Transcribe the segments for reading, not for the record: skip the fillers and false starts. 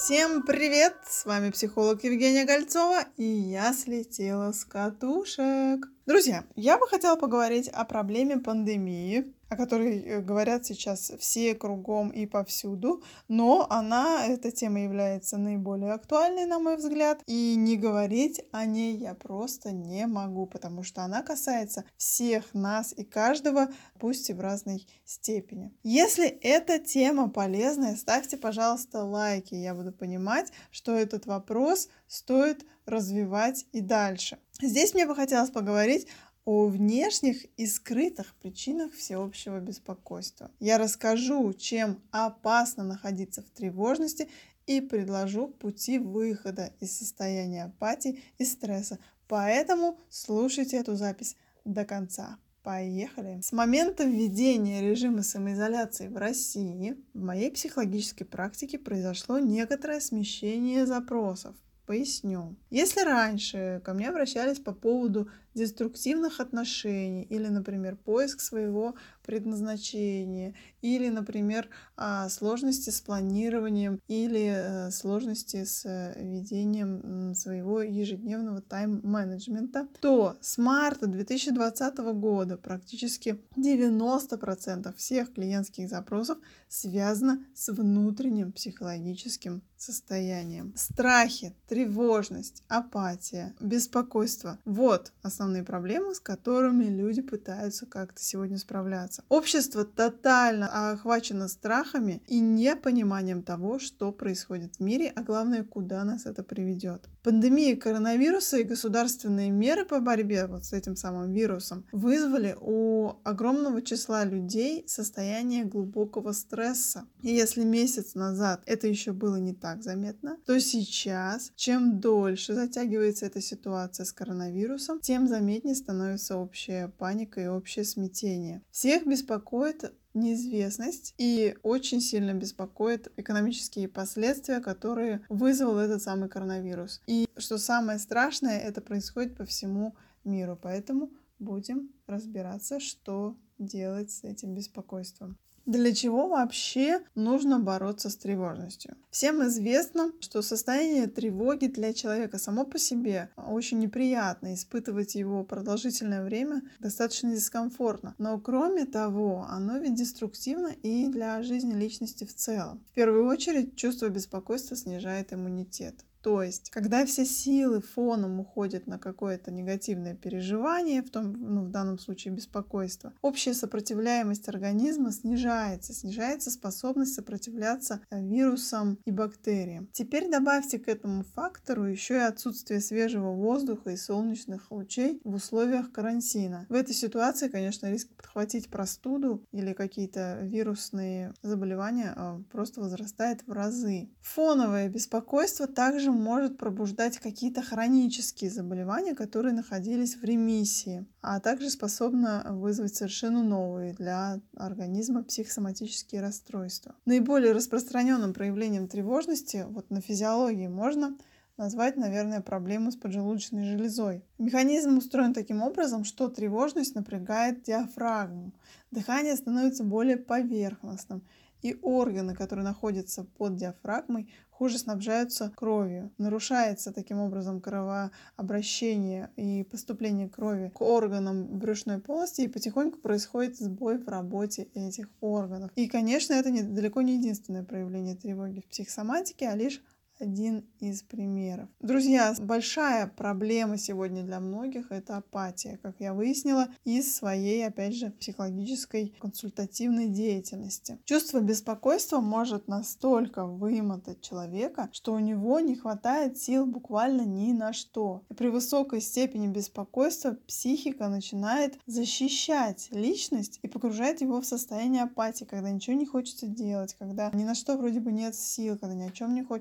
Всем привет! С вами психолог Евгения Гольцова, и я слетела с катушек. Друзья, я бы хотела поговорить о проблеме пандемии, о которой говорят сейчас все кругом и повсюду, но эта тема является наиболее актуальной, на мой взгляд, и не говорить о ней я просто не могу, потому что она касается всех нас и каждого, пусть и в разной степени. Если эта тема полезная, ставьте, пожалуйста, лайки, я буду понимать, что этот вопрос стоит развивать и дальше. Здесь мне бы хотелось поговорить о внешних и скрытых причинах всеобщего беспокойства. Я расскажу, чем опасно находиться в тревожности, и предложу пути выхода из состояния апатии и стресса. Поэтому слушайте эту запись до конца. Поехали! С момента введения режима самоизоляции в России в моей психологической практике произошло некоторое смещение запросов. Поясню. Если раньше ко мне обращались по поводу деструктивных отношений или, например, поиск своего предназначения, или, например, сложности с планированием, или сложности с ведением своего ежедневного тайм-менеджмента, то с марта 2020 года практически 90% всех клиентских запросов связано с внутренним психологическим состоянием. Страхи, тревожность, апатия, беспокойство – вот основные проблемы, с которыми люди пытаются как-то сегодня справляться. Общество тотально охвачено страхами и непониманием того, что происходит в мире, а главное, куда нас это приведет. Пандемия коронавируса и государственные меры по борьбе с этим самым вирусом вызвали у огромного числа людей состояние глубокого стресса. И если месяц назад это еще было не так заметно, то сейчас, чем дольше затягивается эта ситуация с коронавирусом, тем заметнее становится общая паника и общее смятение. Всех беспокоит неизвестность и очень сильно беспокоит экономические последствия, которые вызвал этот самый коронавирус. И что самое страшное, это происходит по всему миру. Поэтому будем разбираться, что делать с этим беспокойством. Для чего вообще нужно бороться с тревожностью? Всем известно, что состояние тревоги для человека само по себе очень неприятно, испытывать его продолжительное время достаточно дискомфортно. Но кроме того, оно ведь деструктивно и для жизни личности в целом. В первую очередь, чувство беспокойства снижает иммунитет. То есть, когда все силы фоном уходят на какое-то негативное переживание, в данном случае беспокойство, общая сопротивляемость организма снижается способность сопротивляться вирусам и бактериям. Теперь добавьте к этому фактору еще и отсутствие свежего воздуха и солнечных лучей в условиях карантина. В этой ситуации, конечно, риск подхватить простуду или какие-то вирусные заболевания просто возрастает в разы. Фоновое беспокойство также может пробуждать какие-то хронические заболевания, которые находились в ремиссии, а также способно вызвать совершенно новые для организма психосоматические расстройства. Наиболее распространенным проявлением тревожности на физиологии можно назвать, наверное, проблему с поджелудочной железой. Механизм устроен таким образом, что тревожность напрягает диафрагму, дыхание становится более поверхностным, и органы, которые находятся под диафрагмой, хуже снабжаются кровью. Нарушается таким образом кровообращение и поступление крови к органам брюшной полости, и потихоньку происходит сбой в работе этих органов. И, конечно, это далеко не единственное проявление тревоги в психосоматике, а лишь один из примеров. Друзья, большая проблема сегодня для многих – это апатия, как я выяснила из своей, опять же, психологической консультативной деятельности. Чувство беспокойства может настолько вымотать человека, что у него не хватает сил буквально ни на что. И при высокой степени беспокойства психика начинает защищать личность и погружает его в состояние апатии, когда ничего не хочется делать, когда ни на что вроде бы нет сил, когда ни о чем не хочется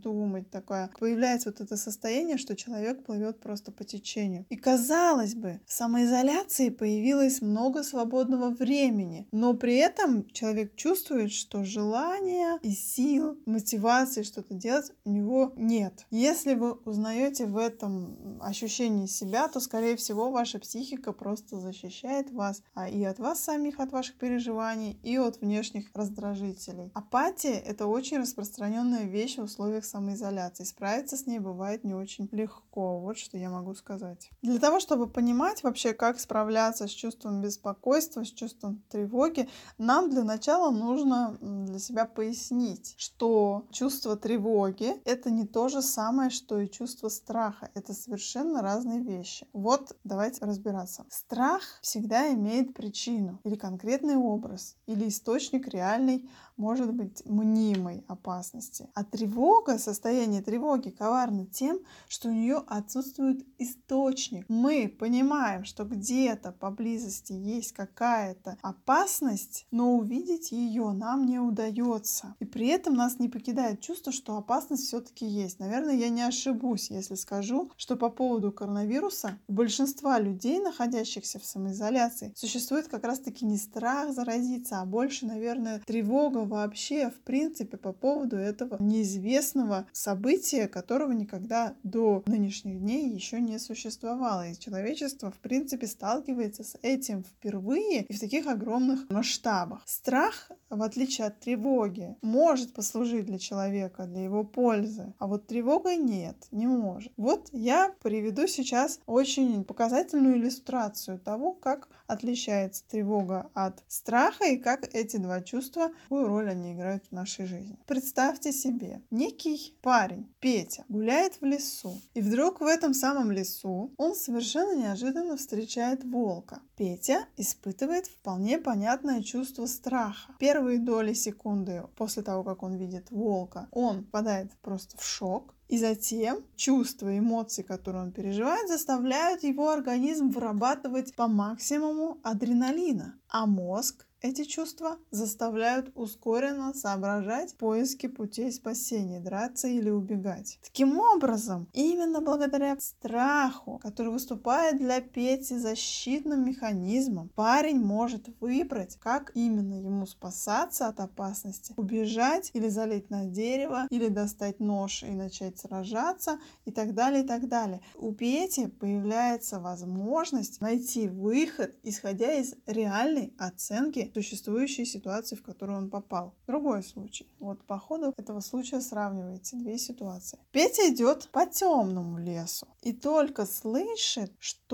думать такое. Появляется вот это состояние, что человек плывет просто по течению. И казалось бы, в самоизоляции появилось много свободного времени, но при этом человек чувствует, что желания и сил, мотивации что-то делать у него нет. Если вы узнаете в этом ощущении себя, то, скорее всего, ваша психика просто защищает вас и от вас самих, от ваших переживаний, и от внешних раздражителей. Апатия — это очень распространенная вещь в условиях самоизоляции. Справиться с ней бывает не очень легко. Вот что я могу сказать. Для того, чтобы понимать вообще, как справляться с чувством беспокойства, с чувством тревоги, нам для начала нужно для себя пояснить, что чувство тревоги — это не то же самое, что и чувство страха. Это совершенно разные вещи. Вот давайте разбираться. Страх всегда имеет причину или конкретный образ, или источник реальной, может быть, мнимой опасности. А тревога, состояние тревоги коварно тем, что у нее отсутствует источник. Мы понимаем, что где-то поблизости есть какая-то опасность, но увидеть ее нам не удается. И при этом нас не покидает чувство, что опасность все-таки есть. Наверное, я не ошибусь, если скажу, что по поводу коронавируса у большинства людей, находящихся в самоизоляции, существует как раз-таки не страх заразиться, а больше, наверное, тревога вообще, в принципе, по поводу этого неизвестного события, которого никогда до нынешних дней еще не существовало. И человечество, в принципе, сталкивается с этим впервые и в таких огромных масштабах. Страх, в отличие от тревоги, может послужить для человека, для его пользы, а вот тревога нет, не может. Вот я приведу сейчас очень показательную иллюстрацию того, как отличается тревога от страха и как эти два чувства, какую роль они играют в нашей жизни. Представьте себе, некий парень, Петя, гуляет в лесу, и вдруг в этом самом лесу он совершенно неожиданно встречает волка. Петя испытывает вполне понятное чувство страха. Первые доли секунды после того, как он видит волка, он впадает просто в шок. И затем чувства, эмоции, которые он переживает, заставляют его организм вырабатывать по максимуму адреналина. А мозг эти чувства заставляют ускоренно соображать в поиске путей спасения, драться или убегать. Таким образом, именно благодаря страху, который выступает для Пети защитным механизмом, парень может выбрать, как именно ему спасаться от опасности, убежать или залезть на дерево, или достать нож и начать сражаться и так далее, и так далее. У Пети появляется возможность найти выход, исходя из реальной оценки существующей ситуации, в которую он попал. Другой случай. Вот по ходу этого случая сравнивайте две ситуации. Петя идет по темному лесу и только слышит,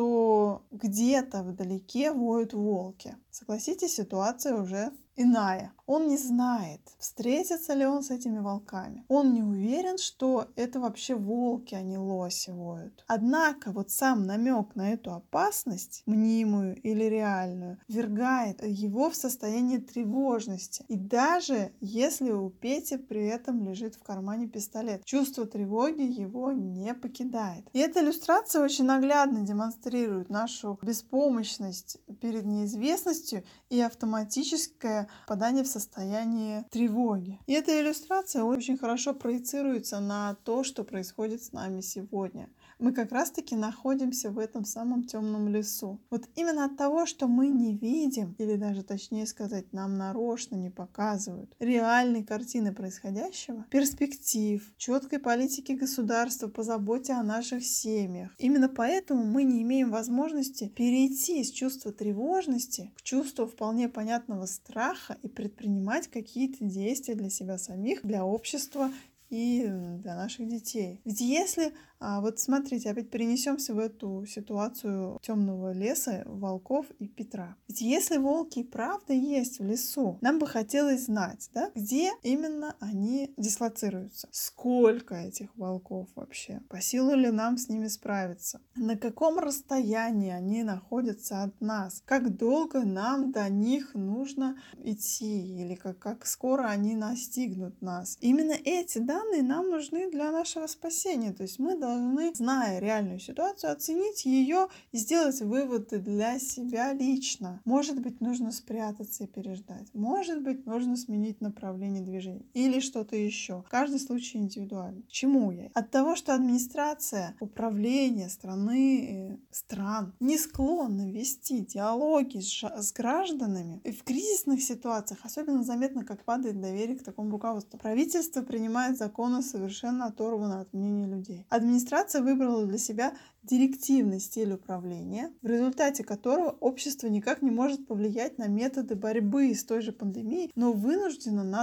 что где-то вдалеке воют волки. Согласитесь, ситуация уже иная. Он не знает, встретится ли он с этими волками. Он не уверен, что это вообще волки, а не лоси воют. Однако вот сам намек на эту опасность, мнимую или реальную, ввергает его в состояние тревожности. И даже если у Пети при этом лежит в кармане пистолет, чувство тревоги его не покидает. И эта иллюстрация очень наглядно демонстрирует нашу беспомощность перед неизвестностью и автоматическое попадание в состояние тревоги. И эта иллюстрация очень хорошо проецируется на то, что происходит с нами сегодня. Мы как раз-таки находимся в этом самом темном лесу. Вот именно от того, что мы не видим, или даже точнее сказать, нам нарочно не показывают реальной картины происходящего, перспектив, четкой политики государства по заботе о наших семьях. Именно поэтому мы не имеем возможности перейти с чувства тревожности к чувству вполне понятного страха и предпринимать какие-то действия для себя самих, для общества и для наших детей. Ведь если, вот смотрите, опять перенесемся в эту ситуацию темного леса, волков и Петра. Ведь если волки и правда есть в лесу, нам бы хотелось знать, да, где именно они дислоцируются, сколько этих волков вообще, по силу ли нам с ними справиться, на каком расстоянии они находятся от нас, как долго нам до них нужно идти или как скоро они настигнут нас. Именно эти данные данные нам нужны для нашего спасения. То есть мы должны, зная реальную ситуацию, оценить ее и сделать выводы для себя лично. Может быть, нужно спрятаться и переждать. Может быть, нужно сменить направление движения или что-то еще. Каждый случай индивидуальный. К чему я? От того, что администрация, управление стран не склонны вести диалоги с гражданами, и в кризисных ситуациях особенно заметно, как падает доверие к такому руководству. Правительство принимает законы совершенно оторванно от мнения людей. Администрация выбрала для себя директивный стиль управления, в результате которого общество никак не может повлиять на методы борьбы с той же пандемией, но вынуждено на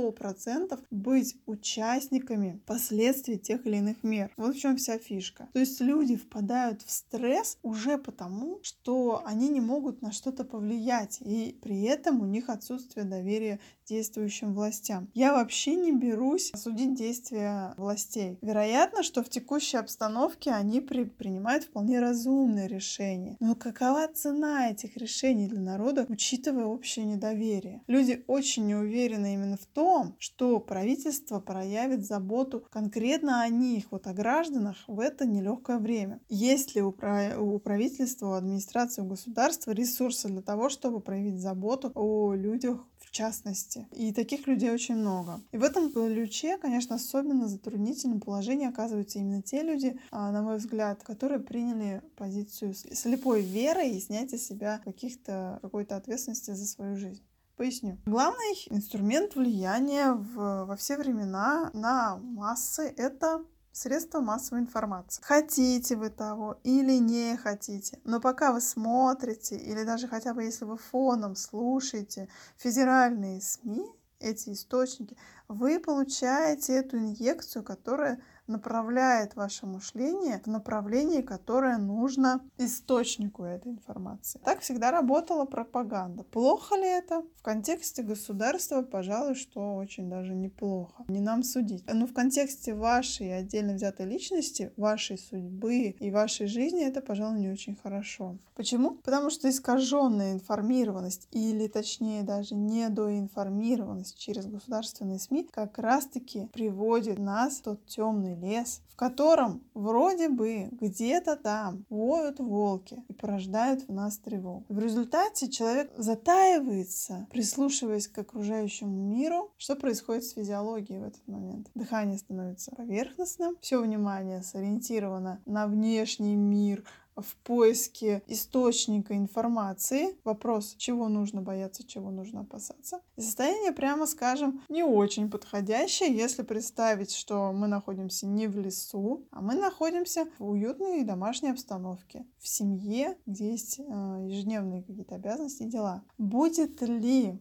100% быть участниками последствий тех или иных мер. Вот в чем вся фишка. То есть люди впадают в стресс уже потому, что они не могут на что-то повлиять, и при этом у них отсутствие доверия действующим властям. Я вообще не берусь осудить действия властей. Вероятно, что в текущей обстановке они принимают вполне разумные решения. Но какова цена этих решений для народа, учитывая общее недоверие? Люди очень не уверены именно в том, что правительство проявит заботу конкретно о них, вот о гражданах в это нелегкое время. Есть ли у правительства, у администрации, у государства ресурсы для того, чтобы проявить заботу о людях в частности? И таких людей очень много. И в этом ключе, конечно, особенно затруднительным положением оказываются именно те люди, на мой взгляд, которые приняли позицию слепой веры и снятия с себя какой-то ответственности за свою жизнь. Поясню. Главный инструмент влияния во все времена на массы — это средства массовой информации. Хотите вы того или не хотите, но пока вы смотрите, или даже хотя бы если вы фоном слушаете федеральные СМИ, эти источники, вы получаете эту инъекцию, которая направляет ваше мышление в направлении, которое нужно источнику этой информации. Так всегда работала пропаганда. Плохо ли это? В контексте государства, пожалуй, что очень даже неплохо. Не нам судить. Но в контексте вашей отдельно взятой личности, вашей судьбы и вашей жизни это, пожалуй, не очень хорошо. Почему? Потому что искаженная информированность, или точнее даже недоинформированность через государственные СМИ как раз-таки приводит нас в тот темный лес, в котором вроде бы где-то там воют волки и порождают в нас тревогу. В результате человек затаивается, прислушиваясь к окружающему миру. Что происходит с физиологией в этот момент? Дыхание становится поверхностным, все внимание сориентировано на внешний мир, в поиске источника информации. Вопрос, чего нужно бояться, чего нужно опасаться. И состояние, прямо скажем, не очень подходящее, если представить, что мы находимся не в лесу, а мы находимся в уютной домашней обстановке, в семье, где есть ежедневные какие-то обязанности и дела. Будет ли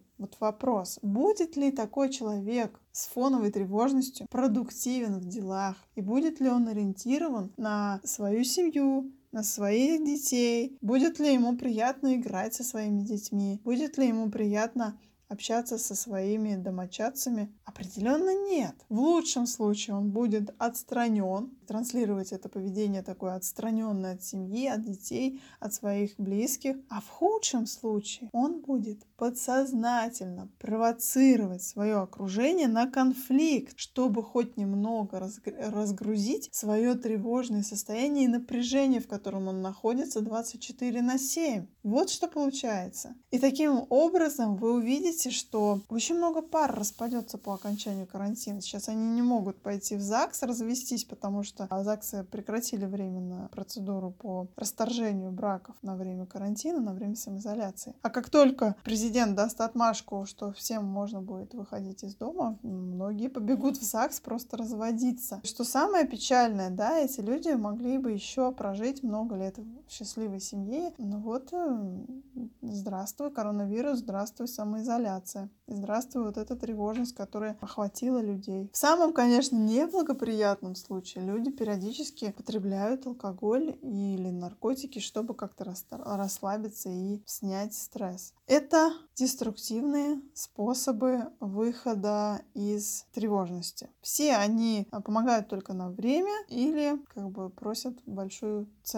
такой человек с фоновой тревожностью продуктивен в делах? И будет ли он ориентирован на свою семью, на своих детей? Будет ли ему приятно играть со своими детьми? Будет ли ему приятно общаться со своими домочадцами? Определенно нет. В лучшем случае он будет отстранен, транслировать это поведение такое отстраненное от семьи, от детей, от своих близких. А в худшем случае он будет подсознательно провоцировать свое окружение на конфликт, чтобы хоть немного разгрузить свое тревожное состояние и напряжение, в котором он находится 24/7. Вот что получается. И таким образом вы увидите, что очень много пар распадется по окончанию карантина. Сейчас они не могут пойти в ЗАГС развестись, потому что ЗАГСы прекратили временно процедуру по расторжению браков на время карантина, на время самоизоляции. А как только президент даст отмашку, что всем можно будет выходить из дома, многие побегут в ЗАГС просто разводиться. Что самое печальное, да, эти люди могли бы еще прожить много лет в счастливой семье. Ну вот, здравствуй, коронавирус, здравствуй, самоизоляция. Здравствуй, вот эта тревожность, которая охватила людей. В самом, конечно, неблагоприятном случае люди периодически потребляют алкоголь или наркотики, чтобы как-то расслабиться и снять стресс. Это деструктивные способы выхода из тревожности. Все они помогают только на время или просят большую цену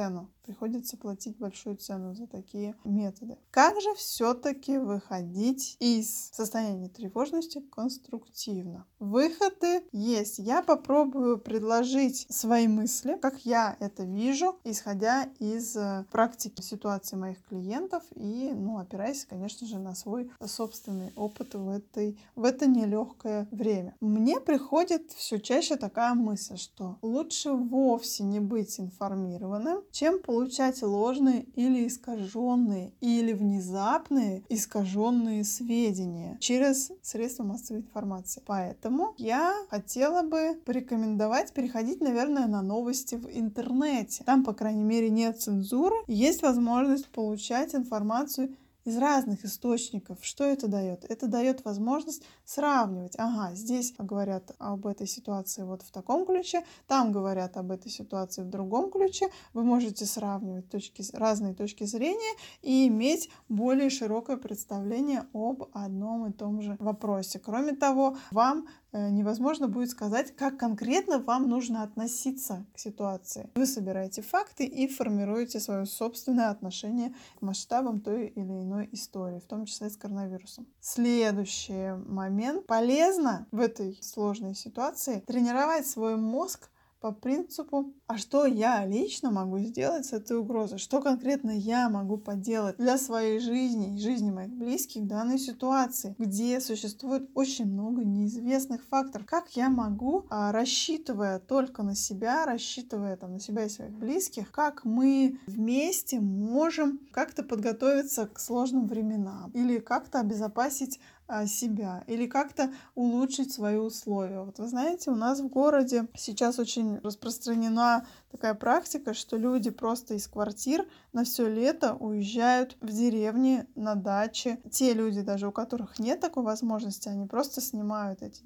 приходится платить большую цену за такие методы. Как же все-таки выходить из состояния тревожности конструктивно? Выходы есть. Я попробую предложить свои мысли, как я это вижу, исходя из практики ситуации моих клиентов и, опираясь, конечно же, на свой собственный опыт в это нелегкое время. Мне приходит все чаще такая мысль, что лучше вовсе не быть информированным, чем получать ложные или искаженные, или внезапные искаженные сведения через средства массовой информации. Поэтому я хотела бы порекомендовать переходить, наверное, на новости в интернете. Там, по крайней мере, нет цензуры, есть возможность получать информацию из разных источников. Что это дает? Это дает возможность сравнивать. Ага, здесь говорят об этой ситуации вот в таком ключе, там говорят об этой ситуации в другом ключе. Вы можете сравнивать разные точки зрения и иметь более широкое представление об одном и том же вопросе. Кроме того, вам невозможно будет сказать, как конкретно вам нужно относиться к ситуации. Вы собираете факты и формируете свое собственное отношение к масштабам той или иной истории, в том числе с коронавирусом. Следующий момент. Полезно в этой сложной ситуации тренировать свой мозг по принципу, а что я лично могу сделать с этой угрозой? Что конкретно я могу поделать для своей жизни и жизни моих близких в данной ситуации, где существует очень много неизвестных факторов? Как я могу, рассчитывая только на себя, рассчитывая на себя и своих близких, как мы вместе можем как-то подготовиться к сложным временам или как-то обезопасить себя или как-то улучшить свои условия. Вот вы знаете, у нас в городе сейчас очень распространена такая практика, что люди просто из квартир на все лето уезжают в деревни, на дачи. Те люди, даже у которых нет такой возможности, они просто снимают эти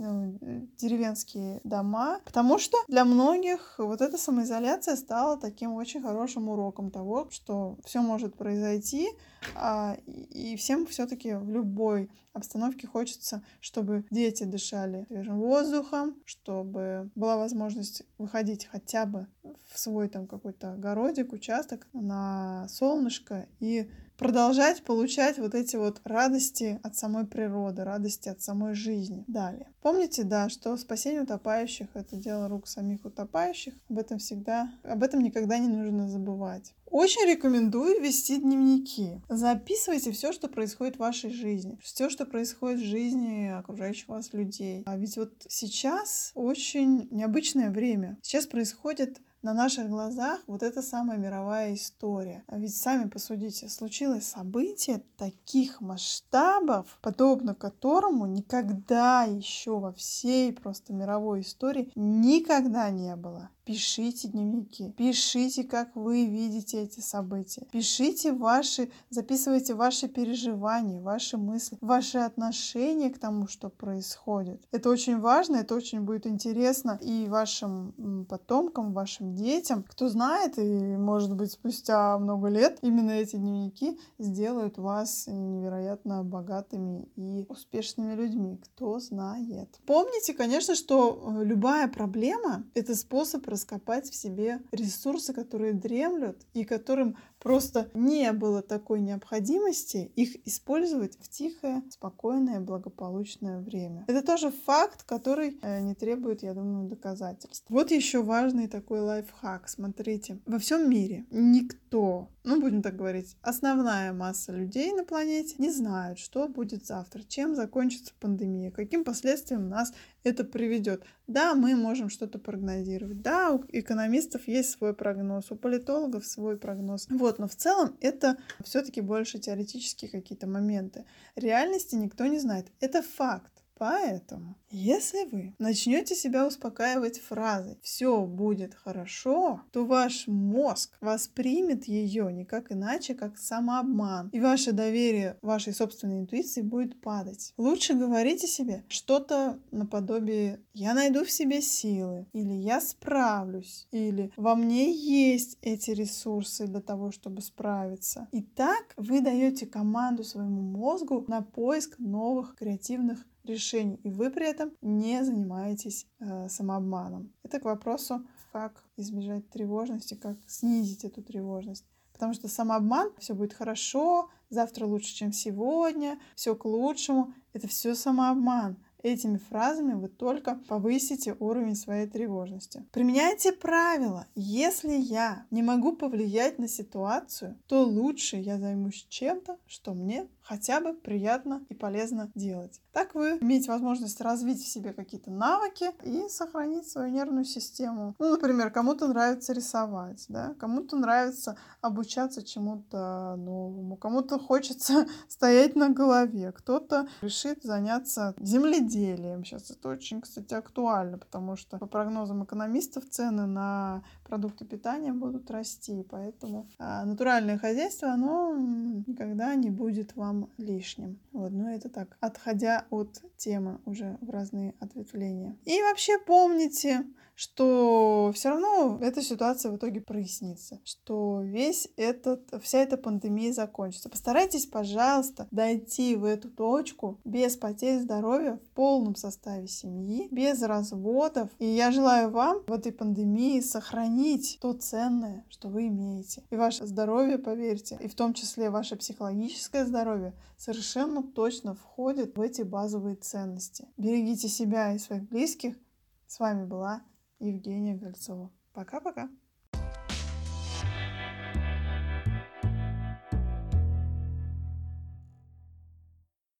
деревенские дома, потому что для многих вот эта самоизоляция стала таким очень хорошим уроком того, что все может произойти, и всем все-таки в любой обстановке хочется, чтобы дети дышали свежим воздухом, чтобы была возможность выходить хотя бы в свой какой-то огородик, участок на солнышко и продолжать получать вот эти вот радости от самой природы, радости от самой жизни. Далее. Помните, что спасение утопающих — это дело рук самих утопающих. Об этом никогда не нужно забывать. Очень рекомендую вести дневники. Записывайте все, что происходит в вашей жизни, все, что происходит в жизни окружающих вас людей. А ведь вот сейчас очень необычное время. Сейчас происходит на наших глазах вот эта самая мировая история. А ведь сами посудите, случилось событие таких масштабов, подобно которому никогда еще во всей просто мировой истории никогда не было. Пишите дневники, пишите, как вы видите эти события, записывайте ваши переживания, ваши мысли, ваши отношения к тому, что происходит. Это очень важно, это очень будет интересно и вашим потомкам, вашим детям. Кто знает, и, может быть, спустя много лет именно эти дневники сделают вас невероятно богатыми и успешными людьми. Кто знает. Помните, конечно, что любая проблема — это способ раскопать в себе ресурсы, которые дремлют и которым просто не было такой необходимости их использовать в тихое, спокойное, благополучное время. Это тоже факт, который не требует, я думаю, доказательств. Вот еще важный такой лайфхак. Смотрите, во всем мире никто, будем так говорить, основная масса людей на планете не знают, что будет завтра, чем закончится пандемия, каким последствиям нас это приведет. Да, мы можем что-то прогнозировать. Да, у экономистов есть свой прогноз, у политологов свой прогноз. Но в целом это все-таки больше теоретические какие-то моменты. Реальности никто не знает. Это факт. Поэтому, если вы начнете себя успокаивать фразой «все будет хорошо», то ваш мозг воспримет ее никак иначе, как самообман. И ваше доверие вашей собственной интуиции будет падать. Лучше говорите себе что-то наподобие «я найду в себе силы», или «я справлюсь», или «во мне есть эти ресурсы для того, чтобы справиться». И так вы даете команду своему мозгу на поиск новых креативных решений, и вы при этом не занимаетесь самообманом. Это к вопросу, как избежать тревожности, как снизить эту тревожность. Потому что самообман, все будет хорошо, завтра лучше, чем сегодня, все к лучшему, это все самообман. Этими фразами вы только повысите уровень своей тревожности. Применяйте правило. Если я не могу повлиять на ситуацию, то лучше я займусь чем-то, что мне хотя бы приятно и полезно делать. Так вы имеете возможность развить в себе какие-то навыки и сохранить свою нервную систему. Ну, например, кому-то нравится рисовать, да? Кому-то нравится обучаться чему-то новому, кому-то хочется стоять на голове, кто-то решит заняться земледелием. Сейчас это очень, кстати, актуально, потому что по прогнозам экономистов цены на продукты питания будут расти, поэтому натуральное хозяйство, оно никогда не будет вам лишним. Вот, ну это так, отходя от темы уже в разные ответвления. И вообще помните, что все равно эта ситуация в итоге прояснится, что вся эта пандемия закончится. Постарайтесь, пожалуйста, дойти в эту точку без потерь здоровья в полном составе семьи, без разводов. И я желаю вам в этой пандемии сохранить то ценное, что вы имеете. И ваше здоровье, поверьте, и в том числе ваше психологическое здоровье совершенно точно входит в эти базовые ценности. Берегите себя и своих близких. С вами была Евгения Гольцова. Пока-пока.